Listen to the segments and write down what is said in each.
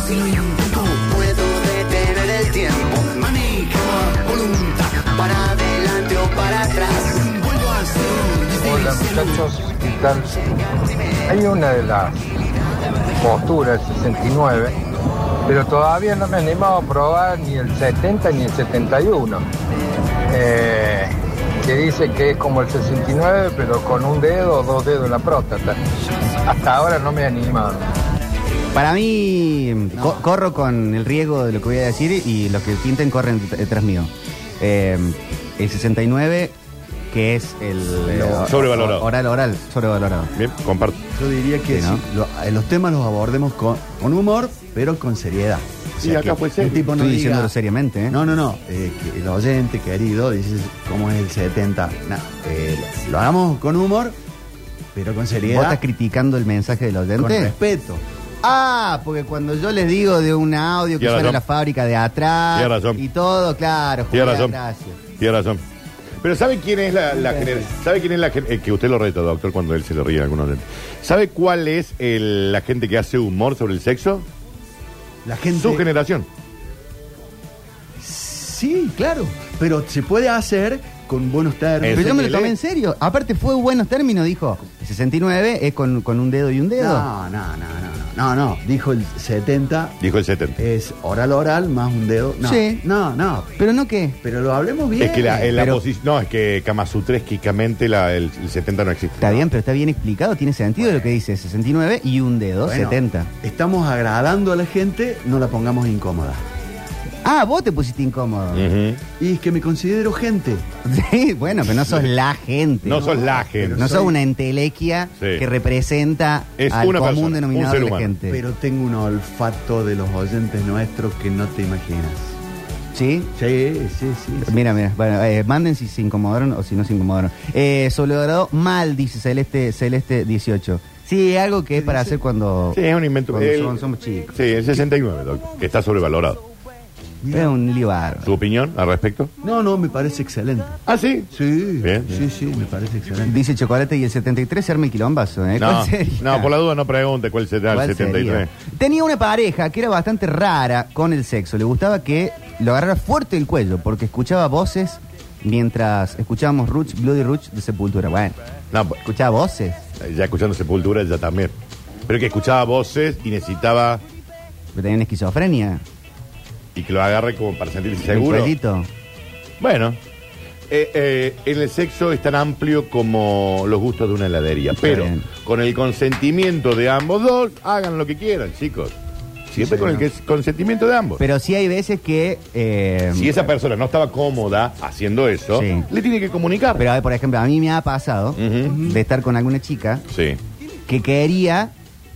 Si lo intento, puedo detener el tiempo. Manejo a voluntad, para adelante o para atrás. Vuelvo a ser. Hola muchachos, ¿qué tal? Hay una de las posturas, el 69, pero todavía no me he animado a probar ni el 70 ni el 71. Que dice que es como el 69, pero con un dedo o dos dedos en la próstata. Hasta ahora no me he animado. Para mí, corro con el riesgo de lo que voy a decir y los que pinten corren detrás mío. El 69, que es el sobrevalorado. Oral, sobrevalorado. Bien, comparto. Yo diría que Sí, ¿no? sí, los temas los abordemos con humor, pero con seriedad. O Sí, sea, acá que puede ser. un tipo no Estoy diga, diciéndolo seriamente, ¿eh? No. Que el oyente, querido, dice cómo es el 70. No, lo hagamos con humor, pero con seriedad. ¿Vos estás criticando el mensaje del con oyente? respeto. Ah, porque cuando yo les digo de un audio que Tiene suena razón. la fábrica de atrás Tiene razón. y todo, claro, Tiene Julián, razón. gracias. Tiene razón. Pero ¿sabe quién es la generación? ¿Sabe quién es la gente? Que usted lo reta, doctor, cuando él se le ríe a algunos de él. ¿Sabe cuál es la gente que hace humor sobre el sexo? La gente. Su generación. Sí, claro. Pero se puede hacer con buenos términos. Pero yo me lo Ese tomé en serio. Aparte fue buenos términos, dijo. El 69 es con un dedo y un dedo. No. Dijo el 70. Dijo el 70. Es oral más un dedo. No. Sí. No. Pero no qué. Pero lo hablemos bien. Es que la pero- posición. No, es que Kamasutresquicamente el 70 no existe. Está bien, pero está bien explicado. Tiene sentido lo que dice 69 y un dedo, Bueno, 70. Estamos agradando a la gente, no la pongamos incómoda. Ah, vos te pusiste incómodo. Ujú. Y es que me considero gente. Sí, bueno, pero no sos la gente. No sos la gente. No sos una entelequia Sí. que representa Es al una común persona, un denominador ser de la humano. gente. Pero tengo un olfato de los oyentes nuestros que no te imaginas. ¿Sí? Sí. Mira. Bueno, manden si se incomodaron o si no se incomodaron. Sobrevalorado mal, dice Celeste 18. Sí, algo que es para hacer cuando, Sí, es un invento. cuando somos chicos. Sí, el 69, doctor, que está sobrevalorado. Es un libar. ¿Su opinión al respecto? No, me parece excelente. Ah, sí. Sí, Bien. sí, me parece excelente. Dice Chocolate y el 73 se arma el quilombazo, ¿eh? No, ¿Cuál sería? no, por la duda no pregunte cuál será el ¿Cuál 73. sería? Tenía una pareja que era bastante rara con el sexo. Le gustaba que lo agarrara fuerte el cuello porque escuchaba voces mientras escuchábamos Bloody Ruch de Sepultura. Bueno, No, pues, escuchaba voces. ya escuchando Sepultura ya también. Pero que escuchaba voces y necesitaba Pero tenían esquizofrenia. y que lo agarre como para sentirse El seguro. cuellito. Bueno, en el sexo es tan amplio como los gustos de una heladería. Pero bien. con el consentimiento de ambos dos, hagan lo que quieran, chicos. Siempre con el consentimiento de ambos. Pero sí hay veces que... Si esa persona no estaba cómoda haciendo eso, Sí. le tiene que comunicar. Pero, por ejemplo, a mí me ha pasado Ujú. de estar con alguna chica Sí. que quería...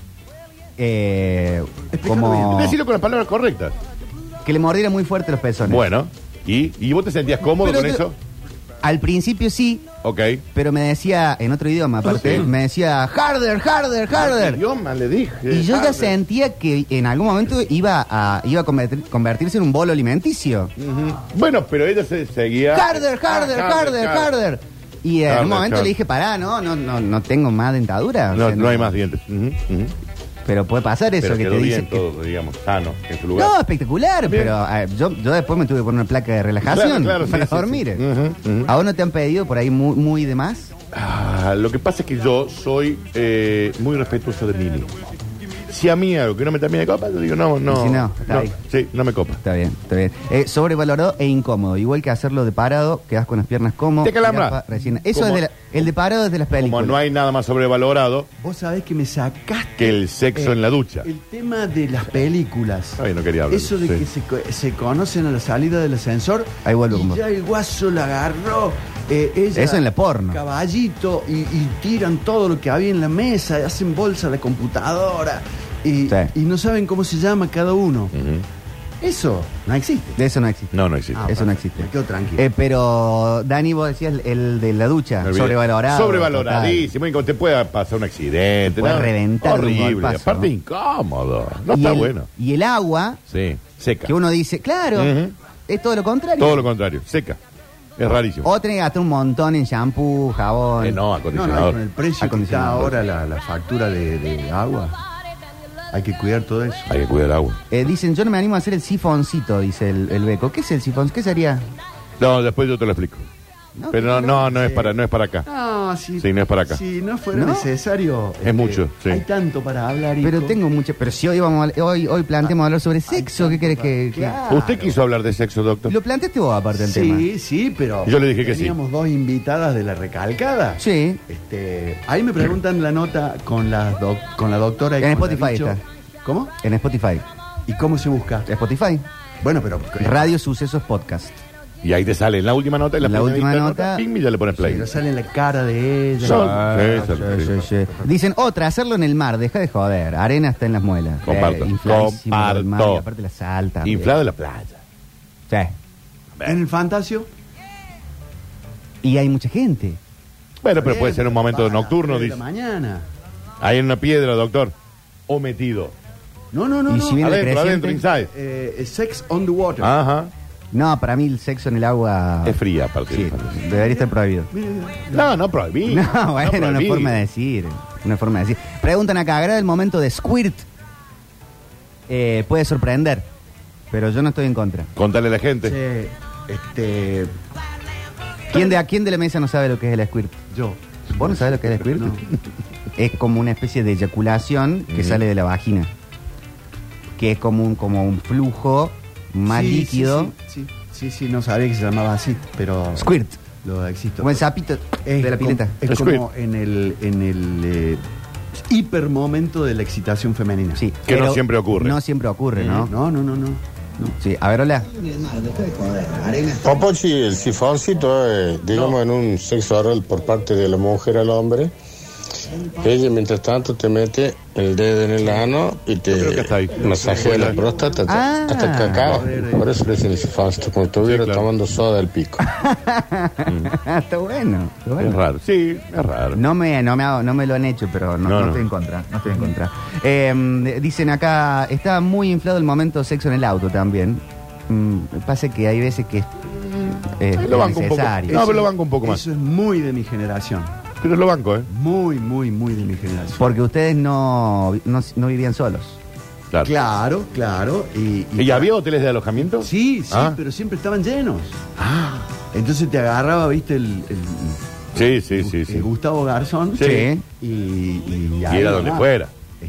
como... Decirlo con las palabras correctas. que le mordiera muy fuerte los pezones. Bueno, ¿y vos te sentías cómodo Pero con yo- eso? Al principio sí, Ok. pero me decía, en otro idioma aparte, me decía, harder. ¿Qué idioma le dije? Y yo ya Harder. sentía que en algún momento iba a convertirse en un bolo alimenticio. Ujú. Bueno, pero ella se seguía. Harder. Y en Harder, un momento harder. le dije, pará, no tengo más dentadura. O No, sea, no hay más dientes. Ujú, ujú. Pero puede pasar eso, Pero que quedó te bien dice que... todo, digamos, sano, en su lugar. No, espectacular, Bien. pero yo después me tuve que poner una placa de relajación Claro, para sí, sí, dormir. sí. Ujú, ujú. ¿A vos no te han pedido por ahí muy de más? Lo que pasa es que yo soy muy respetuoso de mí mismo. Si a mí algo que no me termina de copa, yo digo, no. Y si no, está ahí. Sí, no me copa. Está bien. Sobrevalorado e incómodo. Igual que hacerlo de parado, quedas con las piernas como... Te calambra. jirafa recién- Eso Como- es el de parado es de las películas. Como no hay nada más sobrevalorado Vos sabés que me sacaste que el sexo en la ducha. el tema de las películas. Ay, no quería hablar. Eso de Sí. que se conocen a la salida del ascensor. Ahí vuelvo con y vos. ya el guaso la agarró. Ella, Eso en la porno. Caballito. Y tiran todo lo que había en la mesa. Hacen bolsa a la computadora. Y no saben cómo se llama cada uno. Ujú. Eso no existe. De eso no existe. No existe. Eso no existe. Me quedo tranquilo. Pero, Dani, vos decías el de la ducha. Me olvidé. Sobrevalorado. Sobrevaloradísimo. Y como te pueda pasar un accidente. Te puede reventar un Horrible. golpazo, Aparte, ¿no? incómodo. No Y está el- bueno. Y el agua, Sí, seca. que uno dice, claro, Ujú. es todo lo contrario. Todo lo contrario, seca. Es rarísimo. O tenés que gastar un montón en shampoo, jabón. No, No, acondicionador. con el precio que está Acondicionador. ahora la factura de agua. Hay que cuidar todo eso. Hay que cuidar el agua. Dicen, yo no me animo a hacer el sifoncito, dice el Beco. ¿Qué es el sifón? ¿Qué sería? No, después yo te lo explico. No, Pero no es para acá. No, sí. Sí, no es para acá. Si no fuera ¿No? necesario. Es mucho, sí. Hay tanto para hablar. Pero hijo. tengo mucho. Pero si hoy planteamos hablar sobre sexo, ¿qué querés que...? Claro. ¿Usted quiso hablar de sexo, doctor? Lo planteaste vos aparte del tema. Sí, pero. Yo le dije que sí. Teníamos dos invitadas de la recalcada. Sí. Ahí me preguntan la nota con la doctora. y En con la Spotify bicho. está. ¿Cómo? En Spotify. ¿Y cómo se busca? Spotify. Bueno, pero. Radio Sucesos Podcast. Y ahí te sale en la última nota. En la última primerita nota. Ping, y ya le pones play. Pero sale en la cara de ella. Sí. Dicen, otra, hacerlo en el mar, deja de joder. Arena está en las muelas. Comparto. Infladísimo del mar, Comparto. y aparte la salta. Inflado en la playa. Sí. En el Fantasio. Y hay mucha gente. Bueno, pero puede ser un momento nocturno, de dice. la mañana. Ahí en una piedra, doctor. O metido. No. Y si viene Adentro, inside. Sex on the water. Ajá. No, para mí el sexo en el agua... Es fría, aparte. Sí, debería estar prohibido. No prohibí. No, bueno, una prohibí. forma de decir. Una forma de decir. Preguntan acá, agrada el momento de squirt. Puede sorprender, pero yo no estoy en contra. Contale a la gente. Sí, ¿Quién de la mesa no sabe lo que es el squirt? yo. ¿Vos no sabés lo que es el squirt? No. Es como una especie de eyaculación que sale de la vagina. Que es como un flujo más Sí, líquido. Sí, no sabía que se llamaba así, pero. Squirt. Lo existo. Como el sapito de la pileta. Es Squirt. como en el hiper momento de la excitación femenina. Sí, Que no pero siempre ocurre. No siempre ocurre, ¿no? No. Sí, a ver, hola. Popochi, el sifoncito, digamos, en un sexo oral por parte de la mujer al hombre. Ella, mientras tanto, te mete el dedo en el ano y te creo que hasta ahí. masajea la próstata hasta que acaba. Por eso le dicen el sifoncito, como si estuviera Sí, claro. tomando soda del pico. Está bueno. Está bueno. Es raro. Sí, es raro. No me lo han hecho, pero no estoy en contra. No estoy en contra. Dicen acá, está muy inflado el momento sexo en el auto también. Pasa que hay veces que es Lo banco un poco. necesario. No, pero lo banco un poco más. Eso es muy de mi generación. Pero lo banco, ¿eh? Muy de mi generación. Porque ustedes no vivían solos. Claro. Claro. ¿Y había hoteles de alojamiento? Sí, Ah. pero siempre estaban llenos. Entonces te agarraba, viste, el Sí. Gustavo Garzón. Sí. Y Y era donde fuera.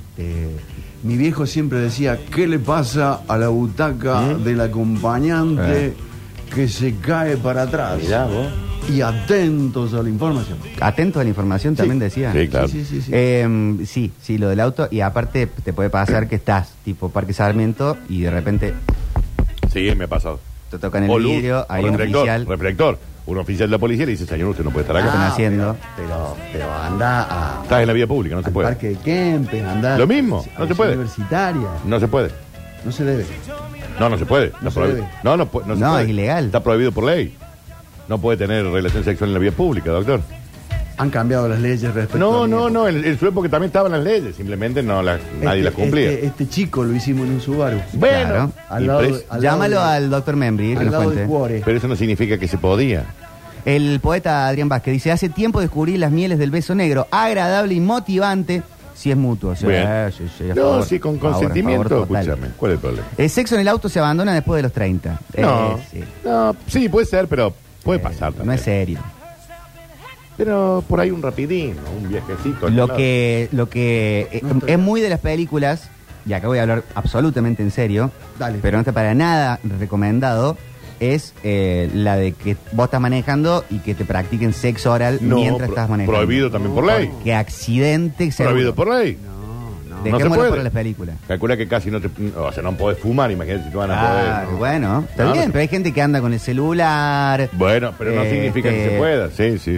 Mi viejo siempre decía, ¿qué le pasa a la butaca del acompañante que se cae para atrás? Mirá vos. Y atentos a la información. Atentos a la información también decía. Sí, claro. Sí, lo del auto. Y aparte te puede pasar que estás tipo Parque Sarmiento y de repente Sí, me ha pasado. te tocan el O luz, vidrio, o hay un oficial. reflector. Un oficial de la policía le dice, señor, usted no puede estar ¿Qué están acá. haciendo? Pero anda a, Estás en la vía pública, no se al puede. parque de Kempes, anda Lo mismo, a no la se puede. Universitaria. No se puede. No se debe. No se puede. Está se prohibido. debe. No se No, puede. es ilegal. Está prohibido por ley. No puede tener relación sexual en la vía pública, doctor. Han cambiado las leyes respecto a mi época. En su época también estaban las leyes, simplemente nadie las cumplía. Este chico lo hicimos en un Subaru. Bueno, Claro. Al y lado, pres- al lado Llámalo de- al doctor Membri, que al nos lado de cuente. Cuore. pero eso no significa que se podía. El poeta Adrián Vázquez dice, hace tiempo descubrí las mieles del beso negro, agradable y motivante si es mutuo. Sí, Bien. sí, a No, favor, sí, con a favor, consentimiento, a favor total. escúchame. ¿Cuál es el problema? El sexo en el auto se abandona después de los 30. No, Sí. no, sí, puede ser, pero puede pasar también. No es serio. Pero por ahí un rapidín, ¿no? Un viajecito. Lo claro. que es muy de las películas, y acá voy a hablar absolutamente en serio, Dale. pero no está para nada recomendado, es la de que vos estás manejando y que te practiquen sexo oral No, mientras estás manejando. prohibido también por ley. Que accidente seguro. Prohibido por ley. No. Dejémoslo no se puede. para las películas. Calcula que casi no te... O sea, no podés fumar, imagínate si te van a Claro, poder... bueno, está No, bien, no. pero hay gente que anda con el celular. Bueno, pero no significa que se pueda. Sí.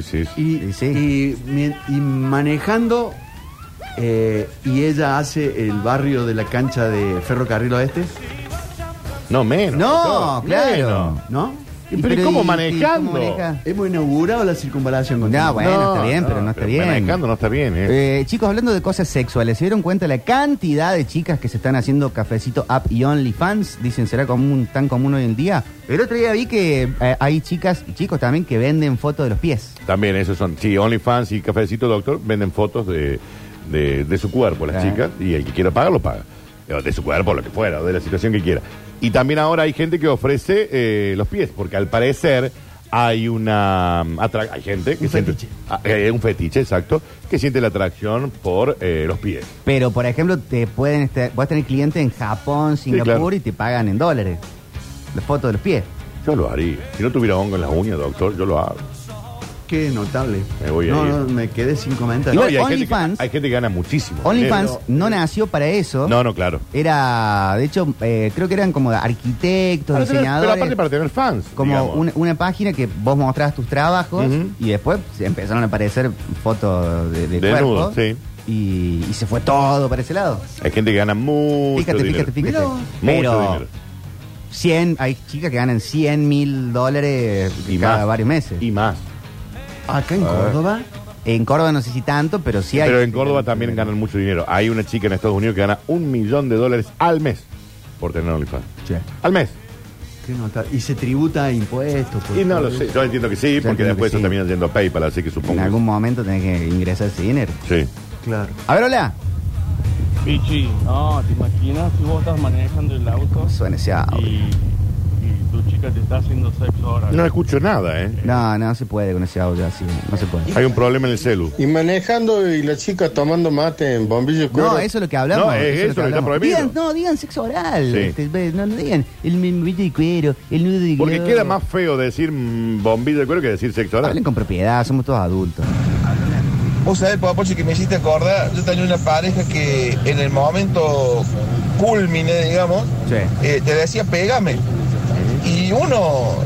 Y manejando, y ella hace el barrio de la cancha de Ferrocarril Oeste, No, menos. No, doctor, claro. menos. ¿no? Pero ¿y cómo manejando? ¿cómo maneja? Hemos inaugurado la circunvalación con No, bueno, está bien, pero no está bien. Manejando no está bien, Chicos, hablando de cosas sexuales, ¿se dieron cuenta la cantidad de chicas que se están haciendo cafecito app y OnlyFans? Dicen, ¿será tan común hoy en día? El otro día vi que hay chicas y chicos también que venden fotos de los pies. También, esos son... Sí, OnlyFans y Cafecito Doctor venden fotos de de su cuerpo, las chicas, y el que quiera pagar, lo paga. De su cuerpo, lo que fuera, o de la situación que quiera. Y también ahora hay gente que ofrece los pies, porque al parecer hay hay gente que siente un fetiche, exacto, que siente la atracción por los pies. Pero, por ejemplo, vas a tener clientes en Japón, Singapur, claro, y te pagan en dólares la foto de los pies. Yo lo haría. Si no tuviera hongo en las uñas, doctor, yo lo hago. Qué notable. Me voy a ir. No, me quedé sin comentarios. No, y OnlyFans- hay gente que gana muchísimo. OnlyFans no nació para eso. No, claro. Era, de hecho, creo que eran como arquitectos, diseñadores. Pero aparte para tener fans. Como una página que vos mostrabas tus trabajos y después empezaron a aparecer fotos de nudo, cuerpos. Y se fue todo para ese lado. Hay gente que gana mucho dinero. Fíjate. Mucho dinero. Hay chicas que ganan $100,000 Y cada más. varios meses. Y más. Acá en Córdoba. En Córdoba no sé si tanto, pero sí hay. Pero en Córdoba también ganan mucho dinero. Hay una chica en Estados Unidos que gana $1 millón al mes por tener OnlyFans. Che, Al mes. qué notable. Y se tributa a impuestos. Y no lo sé. Yo entiendo que sí, porque entiendo después que eso sí. termina yendo a PayPal, así que supongo. En algún momento tenés que ingresar ese dinero. Sí. Claro. A ver, hola. Pichi, no, ¿te imaginas si vos estás manejando el auto Suena ese audio. y tu chica te está haciendo sexo ahora? No escucho nada, ¿eh? No se puede con ese audio así. No se puede. Hay un problema en el celu. Y manejando y la chica tomando mate en bombillo de cuero. No, eso es lo que hablamos. No, es eso lo que está hablamos. prohibido. Digan sexo oral. Sí. No digan el membrito de cuero, el nudo de Porque globo. queda más feo decir bombillo de cuero que decir sexo oral. Hablen con propiedad, somos todos adultos. Vos sabés, Papochi, que me hiciste acordar, yo tenía una pareja que en el momento culmine, digamos, Sí. te decía, pégame. Y uno,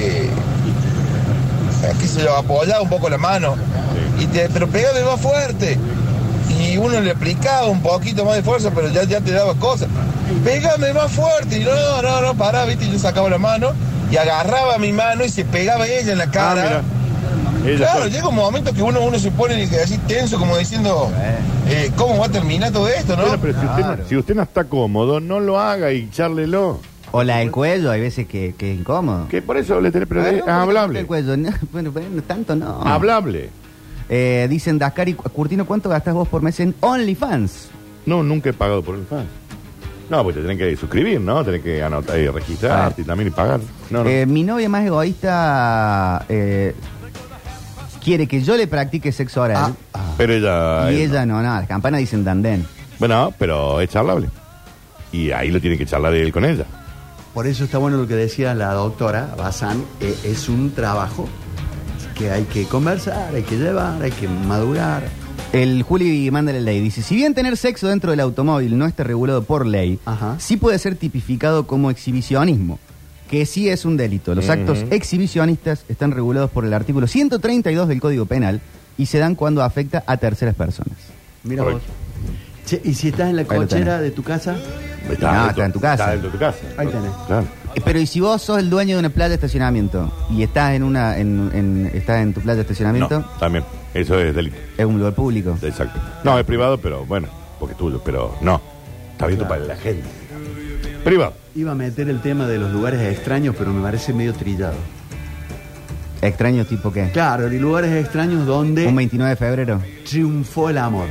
qué sé yo, apoyaba un poco la mano, pero pégame más fuerte. Y uno le aplicaba un poquito más de fuerza, pero ya te daba cosas. Pégame más fuerte. Y no, pará, viste, y yo sacaba la mano y agarraba mi mano y se pegaba ella en la cara. Mira. Ella Claro, fue. llega un momento que uno se pone así tenso, como diciendo, ¿cómo va a terminar todo esto, no? Bueno, pero si usted no está cómodo, no lo haga y chárlelo. O la del cuello, hay veces que es incómodo. Que por eso le tenés, pero es Ah, no, hablable. El cuello, no, bueno, tanto no. Hablable. Dicen Dascar y Curtino, ¿cuánto gastas vos por mes en OnlyFans? No, nunca he pagado por el fan. No, pues te tienen que suscribir, ¿no? Tenés que anotar y registrarte y también y pagar. No. Mi novia más egoísta quiere que yo le practique sexo oral. Pero ella... Y ella no, las campanas dicen dandén. Bueno, pero es charlable. Y ahí lo tiene que charlar él con ella. Por eso está bueno lo que decía la doctora Bazán. Es un trabajo que hay que conversar, hay que llevar, hay que madurar. El Juli manda la ley. Dice, si bien tener sexo dentro del automóvil no está regulado por ley, Ajá. sí puede ser tipificado como exhibicionismo, que sí es un delito. Los actos exhibicionistas están regulados por el artículo 132 del Código Penal y se dan cuando afecta a terceras personas. Mira Correcto. vos. Che, ¿y si estás en la Ahí lo cochera tenés. de tu casa? Está en tu casa. Está dentro de tu casa. Ahí tenés. Claro. Pero ¿y si vos sos el dueño de una playa de estacionamiento y estás estás en tu playa de estacionamiento? No, también. Eso es delito. Es un lugar público. Exacto. No, es privado, pero bueno, porque es tuyo, pero no. Está abierto para la gente. Privado. Iba a meter el tema de los lugares extraños, pero me parece medio trillado. ¿Extraño tipo qué? Claro, y lugares extraños donde ¿Un 29 de febrero? triunfó el amor.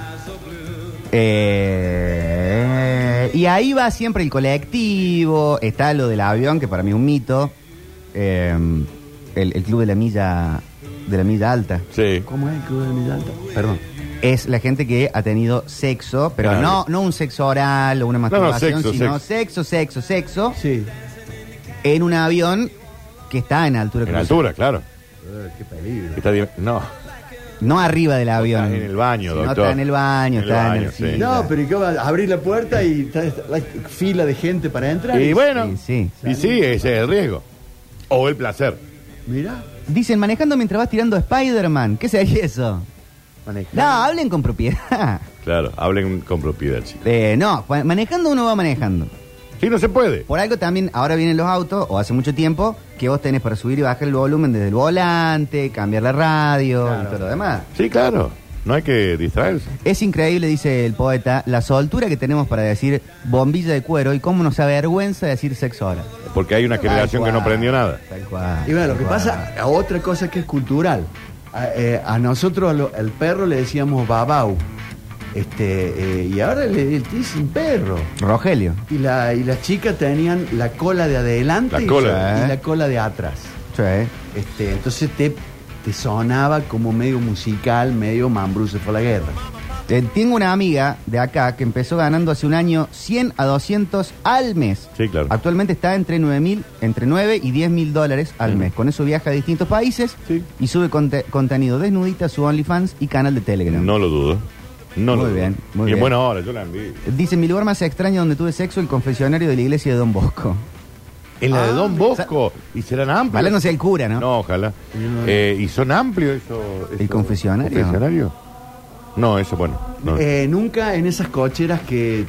Y ahí va siempre el colectivo, está lo del avión, que para mí es un mito, el club de la milla alta. Sí. ¿Cómo es el Club de la Milla Alta? Perdón. Es la gente que ha tenido sexo, pero Claro. no un sexo oral o una masturbación, sino sexo, Sí. en un avión que está en altura. En crucero. altura, claro. Qué peligro. No. No arriba del avión. Está en el baño, sino doctor. está en el baño, En el está en baño, el sí. sí. No, pero ¿y qué va? Abrir la puerta y está la fila de gente para entrar. Y bueno, Sí. y sí, ese es el riesgo. O el placer. Mira. Dicen, manejando mientras vas tirando Spider-Man. ¿Qué sería eso? No, hablen con propiedad. Claro, hablen con propiedad, chicos. No, manejando uno va manejando. Sí, no se puede. Por algo también, ahora vienen los autos, o hace mucho tiempo, que vos tenés para subir y bajar el volumen desde el volante, cambiar la radio y todo lo demás. Sí, claro. No hay que distraerse. Es increíble, dice el poeta, la soltura que tenemos para decir bombilla de cuero y cómo nos avergüenza decir sexo oral. Porque hay una generación que no aprendió nada. Tal cual. Y bueno, lo tal que cual. pasa, otra cosa que es cultural. A nosotros, al perro le decíamos babau. Y ahora el tío sin perro. Rogelio. Y las chicas tenían la cola de adelante y la cola de atrás. Sí. Entonces te sonaba como medio musical, medio Mambrú se fue a la guerra. Tengo una amiga de acá que empezó ganando hace un año 100 a 200 al mes. Sí, claro. Actualmente está entre 9 y $10,000 al mes. Con eso viaja a distintos países y sube contenido desnudita, su OnlyFans y canal de Telegram. No lo dudo. Muy bien. Y en buena hora, yo la envidio. Dice, mi lugar más extraño donde tuve sexo, el confesionario de la iglesia de Don Bosco. En la de Don Bosco. ¿Y serán amplios? Ojalá no sea el cura, ¿no? No, ojalá. ¿Y son amplios eso? ¿El confesionario? No, eso bueno. No. Nunca en esas cocheras que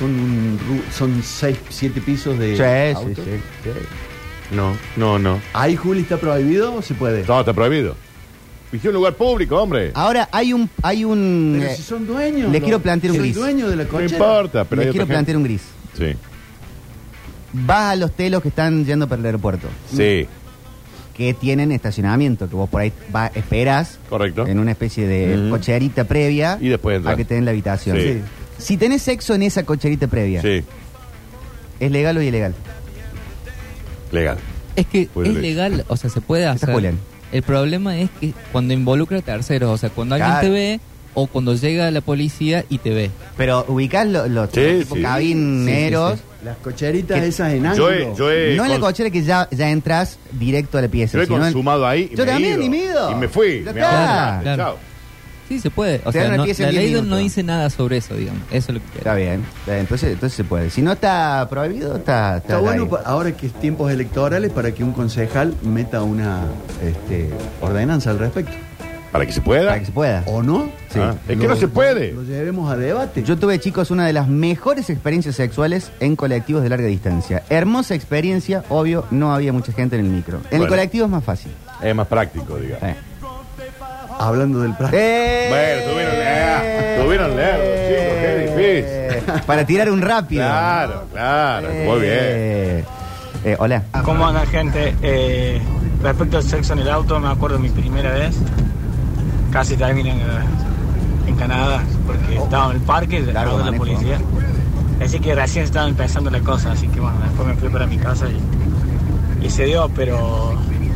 son 6, 7 pisos de auto. Sí. No. ¿Ahí, Juli, está prohibido o se puede? No, está prohibido. Es un lugar público, hombre. Ahora hay un Pero si son dueños. Le quiero plantear un gris. Soy dueño de la cochera. No importa, pero le quiero plantear un gris. Sí. Vas a los telos que están yendo para el aeropuerto. Sí. Que tienen estacionamiento, que vos por ahí esperás. Correcto. En una especie de cocherita previa. Y después entras. A que te den la habitación. Sí. Si tenés sexo en esa cocherita previa. Sí. ¿Es legal o ilegal? Legal. Es que es legal, o sea, se puede hacer. Julián. El problema es que cuando involucra a terceros, o sea, cuando alguien te ve o cuando llega la policía y te ve. Pero ubicás los tipo cabineros. Sí. Las cocheritas esas en ángulo. No en la cochera que ya entras directo a la pieza. Yo he consumado ahí. Yo también, ni mido. Y me fui. Claro. Chao. Sí, se puede. O sea, la ley no dice nada sobre eso, digamos. Eso es lo que quiero. Está bien. Entonces se puede. Si no está prohibido, está bueno ahora que es tiempos electorales para que un concejal meta una ordenanza al respecto. ¿Para que se pueda? Para que se pueda. ¿O no? Sí. Es que no se puede. Lo llevemos a debate. Yo tuve, chicos, una de las mejores experiencias sexuales en colectivos de larga distancia. Hermosa experiencia, obvio, no había mucha gente en el micro. En el colectivo es más fácil. Es más práctico, digamos. Hablando del práctico. Bueno, tuvieron leer, chicos, qué difícil. Para tirar un rápido. Claro, muy bien. Hola. ¿Cómo anda, gente? Respecto al sexo en el auto, me acuerdo mi primera vez. Casi terminé en Canadá, porque estaba en el parque, de la policía. Así que recién estaba empezando la cosa, así que bueno, después me fui para mi casa y se dio, pero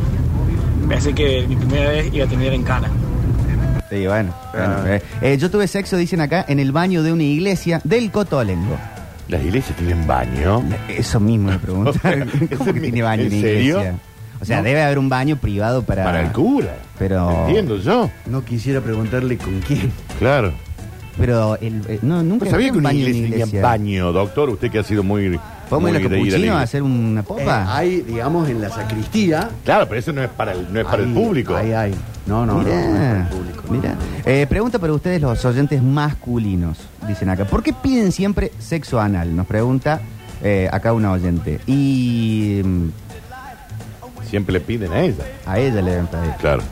pensé que mi primera vez iba a terminar en Cana. Sí, bueno. Yo tuve sexo, dicen acá, en el baño de una iglesia del Cotolengo. ¿Las iglesias tienen baño? Eso mismo me preguntan. ¿Cómo que tiene baño en serio? Iglesia? O sea, debe haber un baño privado para el cura. Pero entiendo yo. No quisiera preguntarle con quién. Claro. Pero nunca sabía que una iglesia tenía baño, doctor. Usted que ha sido muy... ¿Podemos ir a Capuchino a hacer una popa? Hay, digamos, en la sacristía. Claro, pero eso no es para el público. Hay. No es para el público. Mira. Pregunta para ustedes, los oyentes masculinos, dicen acá. ¿Por qué piden siempre sexo anal? Nos pregunta acá una oyente. Y... siempre le piden a ella. A ella le deben pedir. Claro.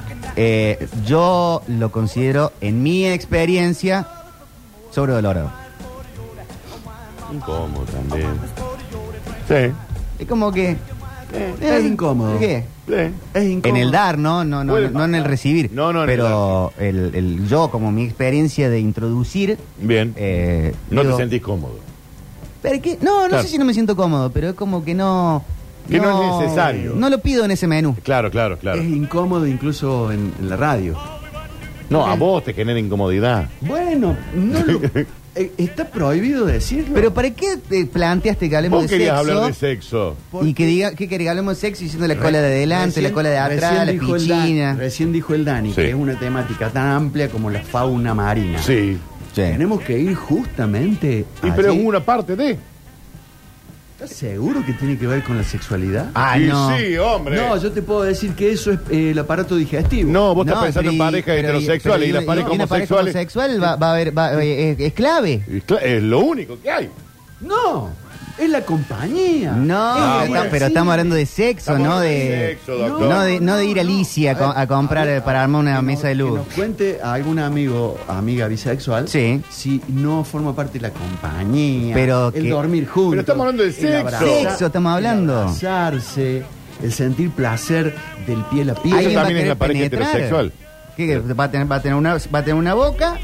Yo lo considero, en mi experiencia, sobredolorado. Incómodo también. Sí. Es como que... es incómodo. ¿Qué? Sí. Es incómodo. En el dar, no en el recibir. No, pero el yo, como mi experiencia de introducir... Bien. No digo, te sentís cómodo. ¿Pero qué? No sé si no me siento cómodo, pero es como que no... Que no es necesario. No lo pido en ese menú. Claro. Es incómodo incluso en la radio. No, a vos te genera incomodidad. Bueno, está prohibido decirlo. Pero ¿para qué te planteaste que hablemos de sexo? Vos querías hablar de sexo. Y que querés que hablemos de sexo diciendo la cola de adelante, la cola de atrás, la pichina. Recién dijo el Dani, que es una temática tan amplia como la fauna marina. Sí. Tenemos que ir justamente pero es una parte de... ¿Estás seguro que tiene que ver con la sexualidad? No. Sí, hombre. No, yo te puedo decir que eso es el aparato digestivo. No, vos estás pensando en parejas heterosexuales y las parejas homosexuales. Una pareja homosexual va a haber, es clave. Es lo único que hay. No, es la compañía. Pero estamos hablando de sexo, no de ir a Alicia a comprar para armar una mesa de luz. Que nos cuente a algún amiga bisexual, sí, si no forma parte de la compañía, pero el dormir juntos. Pero estamos hablando de sexo, estamos hablando. El abrazarse, el sentir placer del piel a piel. Eso también es la pareja heterosexual. ¿Qué? Va a tener una boca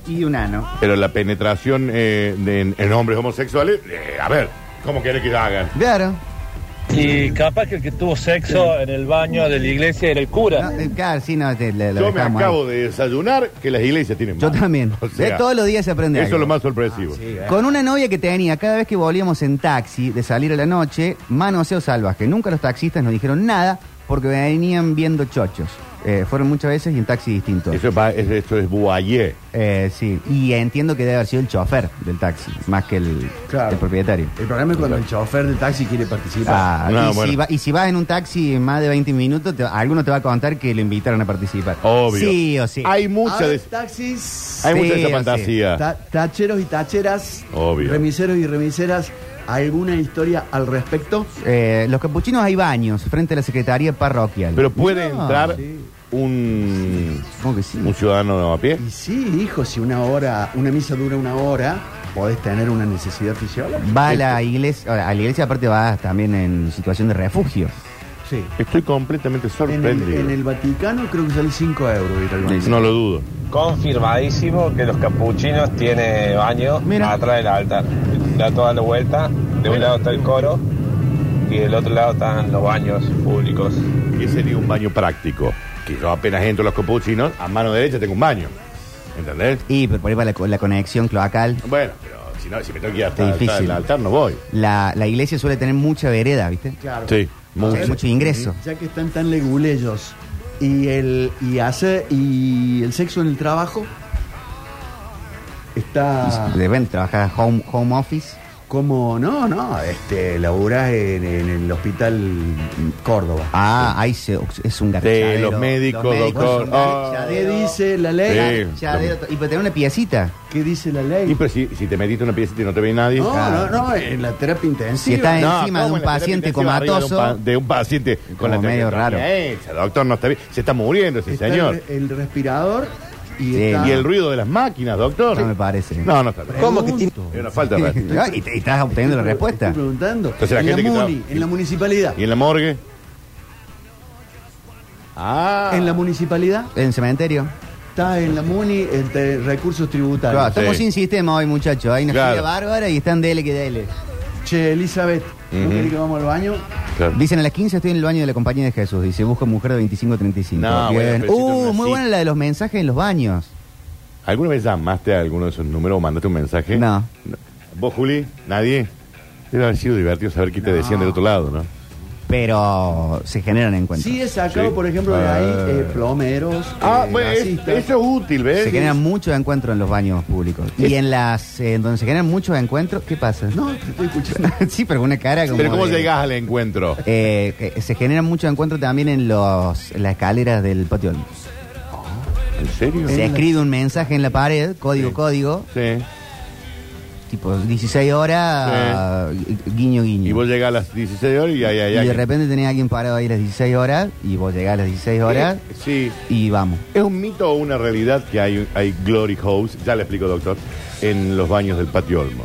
Y un ano. Pero la penetración en hombres homosexuales, a ver, ¿cómo querés que la hagan? Claro. Y capaz que el que tuvo sexo en el baño de la iglesia era el cura. No, claro, sí, no, Yo me acabo de desayunar que las iglesias tienen Yo baño. también. O sea, Todos los días se aprende eso algo. es lo más sorpresivo. Con una novia que tenía, cada vez que volvíamos en taxi de salir a la noche, manoseo salvaje. Nunca los taxistas nos dijeron nada porque venían viendo chochos. Fueron muchas veces y en taxi distintos. Esto es buayé. Sí, y entiendo que debe haber sido el chofer del taxi, más que el propietario. El problema es cuando el chofer del taxi quiere participar. Si vas en un taxi más de 20 minutos, alguno te va a contar que lo invitaron a participar. Obvio. Sí o sí. Hay mucha de taxis. Hay mucha de esa fantasía. Tacheros y tacheras. Obvio. Remiseros y remiseras. ¿Alguna historia al respecto? Los capuchinos hay baños frente a la secretaría parroquial. Pero puede entrar un ciudadano a pie. Y sí, hijo, si una misa dura una hora, podés tener una necesidad fisiológica. Va a la iglesia aparte va también en situación de refugio. Sí. Estoy completamente sorprendido. En el Vaticano creo que sale 5 euros ir al baño. No lo dudo. Confirmadísimo que los capuchinos tiene baño atrás del altar. Da toda la vuelta. De un lado está el coro y del otro lado están los baños públicos. ¿Qué sería un baño práctico? Que yo apenas entro a los capuchinos, a mano derecha tengo un baño. ¿Entendés? Y pero por ahí va la conexión cloacal. Bueno, pero si me tengo que ir hasta difícil. el altar no voy. La iglesia suele tener mucha vereda, ¿viste? Claro. Sí. Mucho ingreso. Ya que están tan leguleyos y el sexo en el trabajo está. Deben trabajar home office. Como laburás en el hospital Córdoba. Ahí es un garchadero. Sí, los médicos, doctor. ¿Qué dice la ley? Y para tener una piecita. ¿Qué dice la ley? Y pero si te metiste una piecita y no te ve nadie. No, en la terapia intensiva. Si estás encima de un paciente comatoso. De un paciente con la medio raro. Doctor, no está bien. Se está muriendo ese señor. El respirador. Y el ruido de las máquinas, doctor. No me parece. No está bien. ¿Cómo que tiene? Es una falta de respeto. Y estás obteniendo la respuesta. Estoy preguntando. Entonces, en la municipalidad. ¿Y en la morgue? En la municipalidad. En el cementerio. Está en la MUNI entre recursos tributarios. Claro, estamos sin sistema hoy, muchachos. Hay una fila bárbara y están dele que dele. Che, Elizabeth, ¿no querés que vamos al baño? Claro. Dicen a las 15 estoy en el baño de la Compañía de Jesús. Dice, busco mujer de 25 a 35. No, bien. Muy buena la de los mensajes en los baños. ¿Alguna vez llamaste a alguno de esos números o mandaste un mensaje? No. ¿Vos, Juli? ¿Nadie? Debe haber sido divertido saber qué te decían del otro lado, ¿no? Pero se generan encuentros. Sí, he sacado, por ejemplo, de ahí plomeros. Bueno, eso es útil, ¿ves? Se generan muchos encuentros en los baños públicos. Y en las donde se generan muchos encuentros, ¿qué pasa? No, te estoy escuchando. Sí, pero con una cara como. ¿Pero cómo llegás al encuentro? Se generan muchos encuentros también en las escaleras del patio. ¿En serio? Se escribe un mensaje en la pared, código. Sí. Tipo 16 horas, guiño. Y vos llegás a las 16 horas y y de repente tenés a alguien parado ahí a las 16 horas y vos llegás a las 16 horas y vamos. ¿Es un mito o una realidad que hay glory holes, ya le explico, doctor, en los baños del patio Olmos?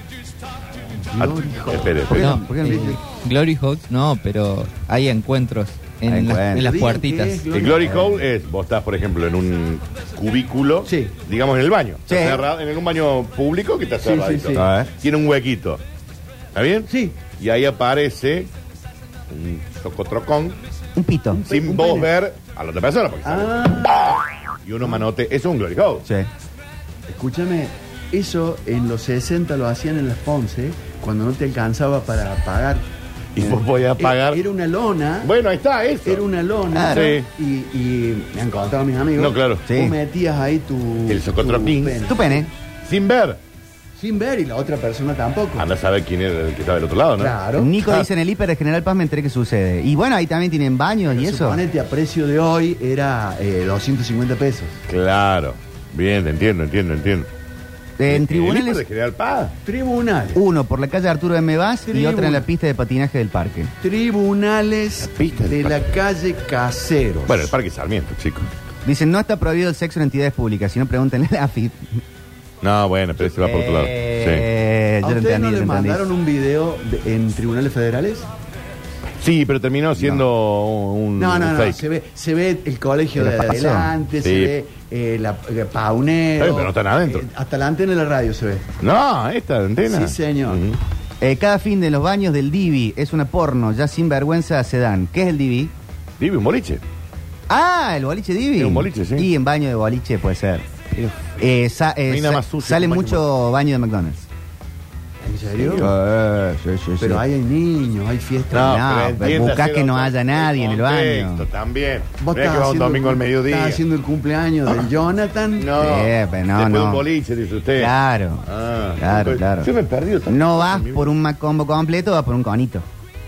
Espere. No, glory holes no, pero hay encuentros en las puertitas. El glory hole es, vos estás, por ejemplo, en un cubículo, digamos en el baño, cerrado, en un baño público que está cerradito. Tiene un huequito. ¿Está bien? Sí. Y ahí aparece un socotrocón. Un pito. Sin vos ver a la otra persona. Porque y uno manote. Eso es un glory hole. Sí. Escúchame, eso en los 60 lo hacían en las Ponce, cuando no te alcanzaba para pagar. Y vos podías pagar. Era una lona. Bueno, ahí está, eso. Era una lona. Sí. Y me han contado mis amigos. No, claro. Tú metías ahí el socotroquín. Tu pene. Sin ver. Sin ver y la otra persona tampoco. Anda a saber quién era el que estaba del otro lado, ¿no? Claro. Nico dice en el hiper de General Paz me enteré que sucede. Y bueno, ahí también tienen baños y eso. Suponete, a precio de hoy era 250 pesos. Claro. Bien, entiendo. En tribunales. ¿El de General Paz? Tribunales. Uno por la calle Arturo M. Vaz y otra en la pista de patinaje del parque. Tribunales de la calle Caseros. Bueno, el Parque Sarmiento, chicos. Dicen, no está prohibido el sexo en entidades públicas, si no pregúntenle a la AFIP. No, bueno, pero se va por otro lado. ¿A ustedes no le mandaron un video en tribunales federales? Sí, pero terminó siendo un No, fake. se ve el colegio de adelante, Sí. se ve la Paunero. Pero no están adentro. Hasta la antena de la radio se ve. No, esta antena. Sí, señor. Cada fin de los baños del Divi es una porno, ya sin vergüenza se dan. ¿Qué es el Divi? Divi, un boliche. Ah, el boliche Divi. Es un boliche, sí. Y en baño de boliche puede ser. No hay nada más sucio Sale que un mucho baño de McDonald's. ¿En serio? Sí. Pero ahí hay niños, hay fiestas. No, pero buscás que no haya nadie en el baño. También. Vos Mirá que va un domingo al mediodía. Estás haciendo el cumpleaños del Jonathan. No, pero no, después de no. un boliche, dice usted. Claro. Claro. Yo me he perdido también. No vas por un combo completo, vas por un conito.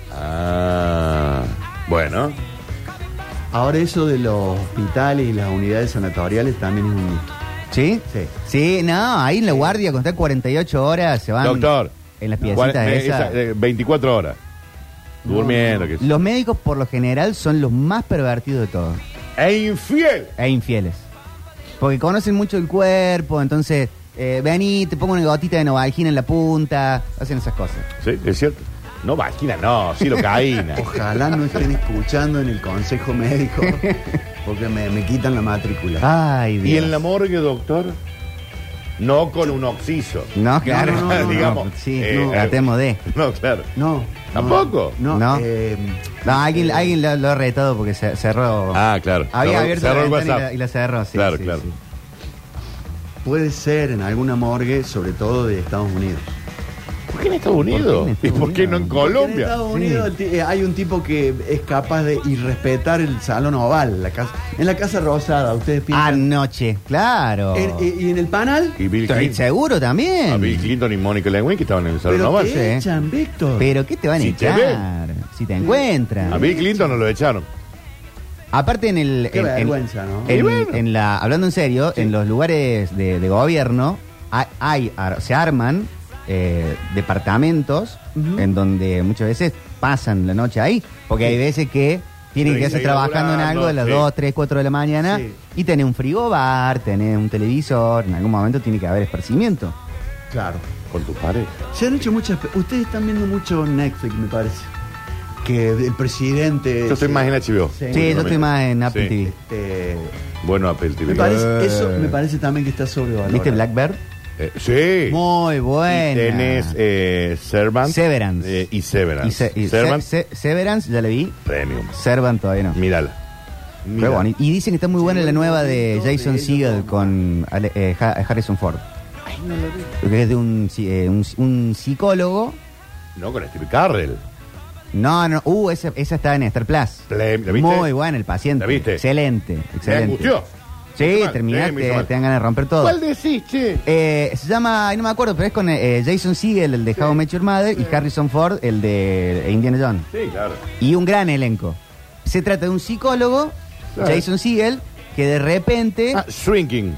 Bueno. Ahora eso de los hospitales y las unidades sanatoriales también es un mito. ¿Sí? Sí, no, ahí en la guardia, cuando está 48 horas, se van. Doctor. En las piecitas esas. 24 horas. Durmiendo. No. Los médicos, por lo general, son los más pervertidos de todos. E infieles. Porque conocen mucho el cuerpo, entonces, vení, te pongo una gotita de Novalgina en la punta, hacen esas cosas. Sí, es cierto. No, vagina, no, silocaína. Ojalá no estén escuchando en el consejo médico, porque me quitan la matrícula. Ay, Dios. ¿Y en la morgue, doctor? No con un oxiso. No, claro. No, digamos. Tratemos de. No, claro. No. ¿Tampoco? No. No, alguien lo ha retado porque cerró. Ah, claro. Había abierto cerró la el ventana WhatsApp. y la cerró, sí. Claro. Sí. Puede ser en alguna morgue, sobre todo de Estados Unidos. ¿Por qué en Estados Unidos? ¿Y por qué no en Colombia? En Estados Unidos hay un tipo que es capaz de irrespetar el salón oval, en la Casa Rosada, ustedes piensan. Anoche, claro. ¿Y en el panel? Y Bill Clinton. Seguro también. A Bill Clinton y Mónica Lewinsky estaban en el salón Pero oval. te echan, Víctor. ¿Pero qué te van a Si te echar? Si te encuentran. A Bill Clinton no lo echaron. Aparte en el... Qué vergüenza, ¿no? En la, hablando en serio, en los lugares de gobierno se arman departamentos en donde muchas veces pasan la noche ahí, porque hay veces que tienen que quedarse trabajando en algo a las 2, 3, 4 de la mañana y tenés un frigobar, tenés un televisor, en algún momento tiene que haber esparcimiento. Claro. Con tu pareja. Se han hecho muchas... Ustedes están viendo mucho Netflix, me parece. Que el presidente... Yo estoy más en HBO. Sí, yo estoy más en Apple TV. Bueno, Apple TV. Eso me parece también que está sobrevalorado. ¿Viste Blackbird? Sí. Muy buena. Y tenés Severance. y Severance. Severance, ya le vi. Premium. Servant todavía no. Mírala. Qué bonito. Y dicen que está muy buena la nueva de Jason Segel con Harrison Ford. Que es de un psicólogo. No, con Steve Carell. No, esa está en Star Plus. ¿La viste? Muy buena, El Paciente. ¿La viste? Excelente. ¿Te angustió? Sí, terminaste, te dan ganas de romper todo. ¿Cuál decís, che? Se llama, no me acuerdo, pero es con Jason Segel, el de How I Met Your Mother, y Harrison Ford, el de Indiana Jones. Sí, claro. Y un gran elenco. Se trata de un psicólogo, Jason Segel, que de repente... Shrinking,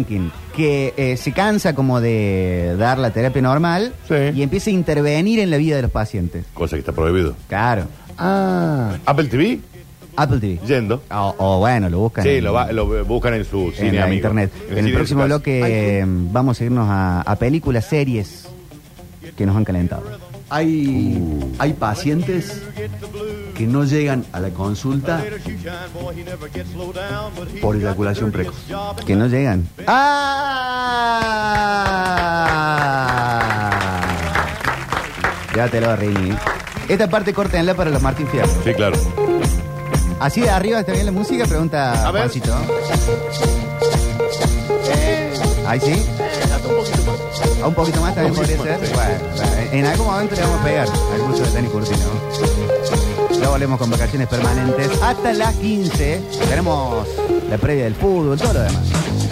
que se cansa como de dar la terapia normal y empieza a intervenir en la vida de los pacientes. Cosa que está prohibido. Claro. ¿Apple TV? Apple TV. Yendo. O bueno, lo buscan. Sí, lo buscan en su cine en amigo. internet. En el próximo bloque vamos a irnos a películas, series que nos han calentado. Hay pacientes que no llegan a la consulta por eyaculación precoz. Que no llegan. Llévatelo, Rini. Esta parte córtenla para los Martín Fierro. Sí, claro. Así de arriba está bien la música, pregunta Juancito. Ahí sí. Un poquito más también podría ser. Bueno, en algún momento le vamos a pegar al curso de Dani Curtino. Luego volvemos con vacaciones permanentes. Hasta las 15 tenemos la previa del fútbol, todo lo demás.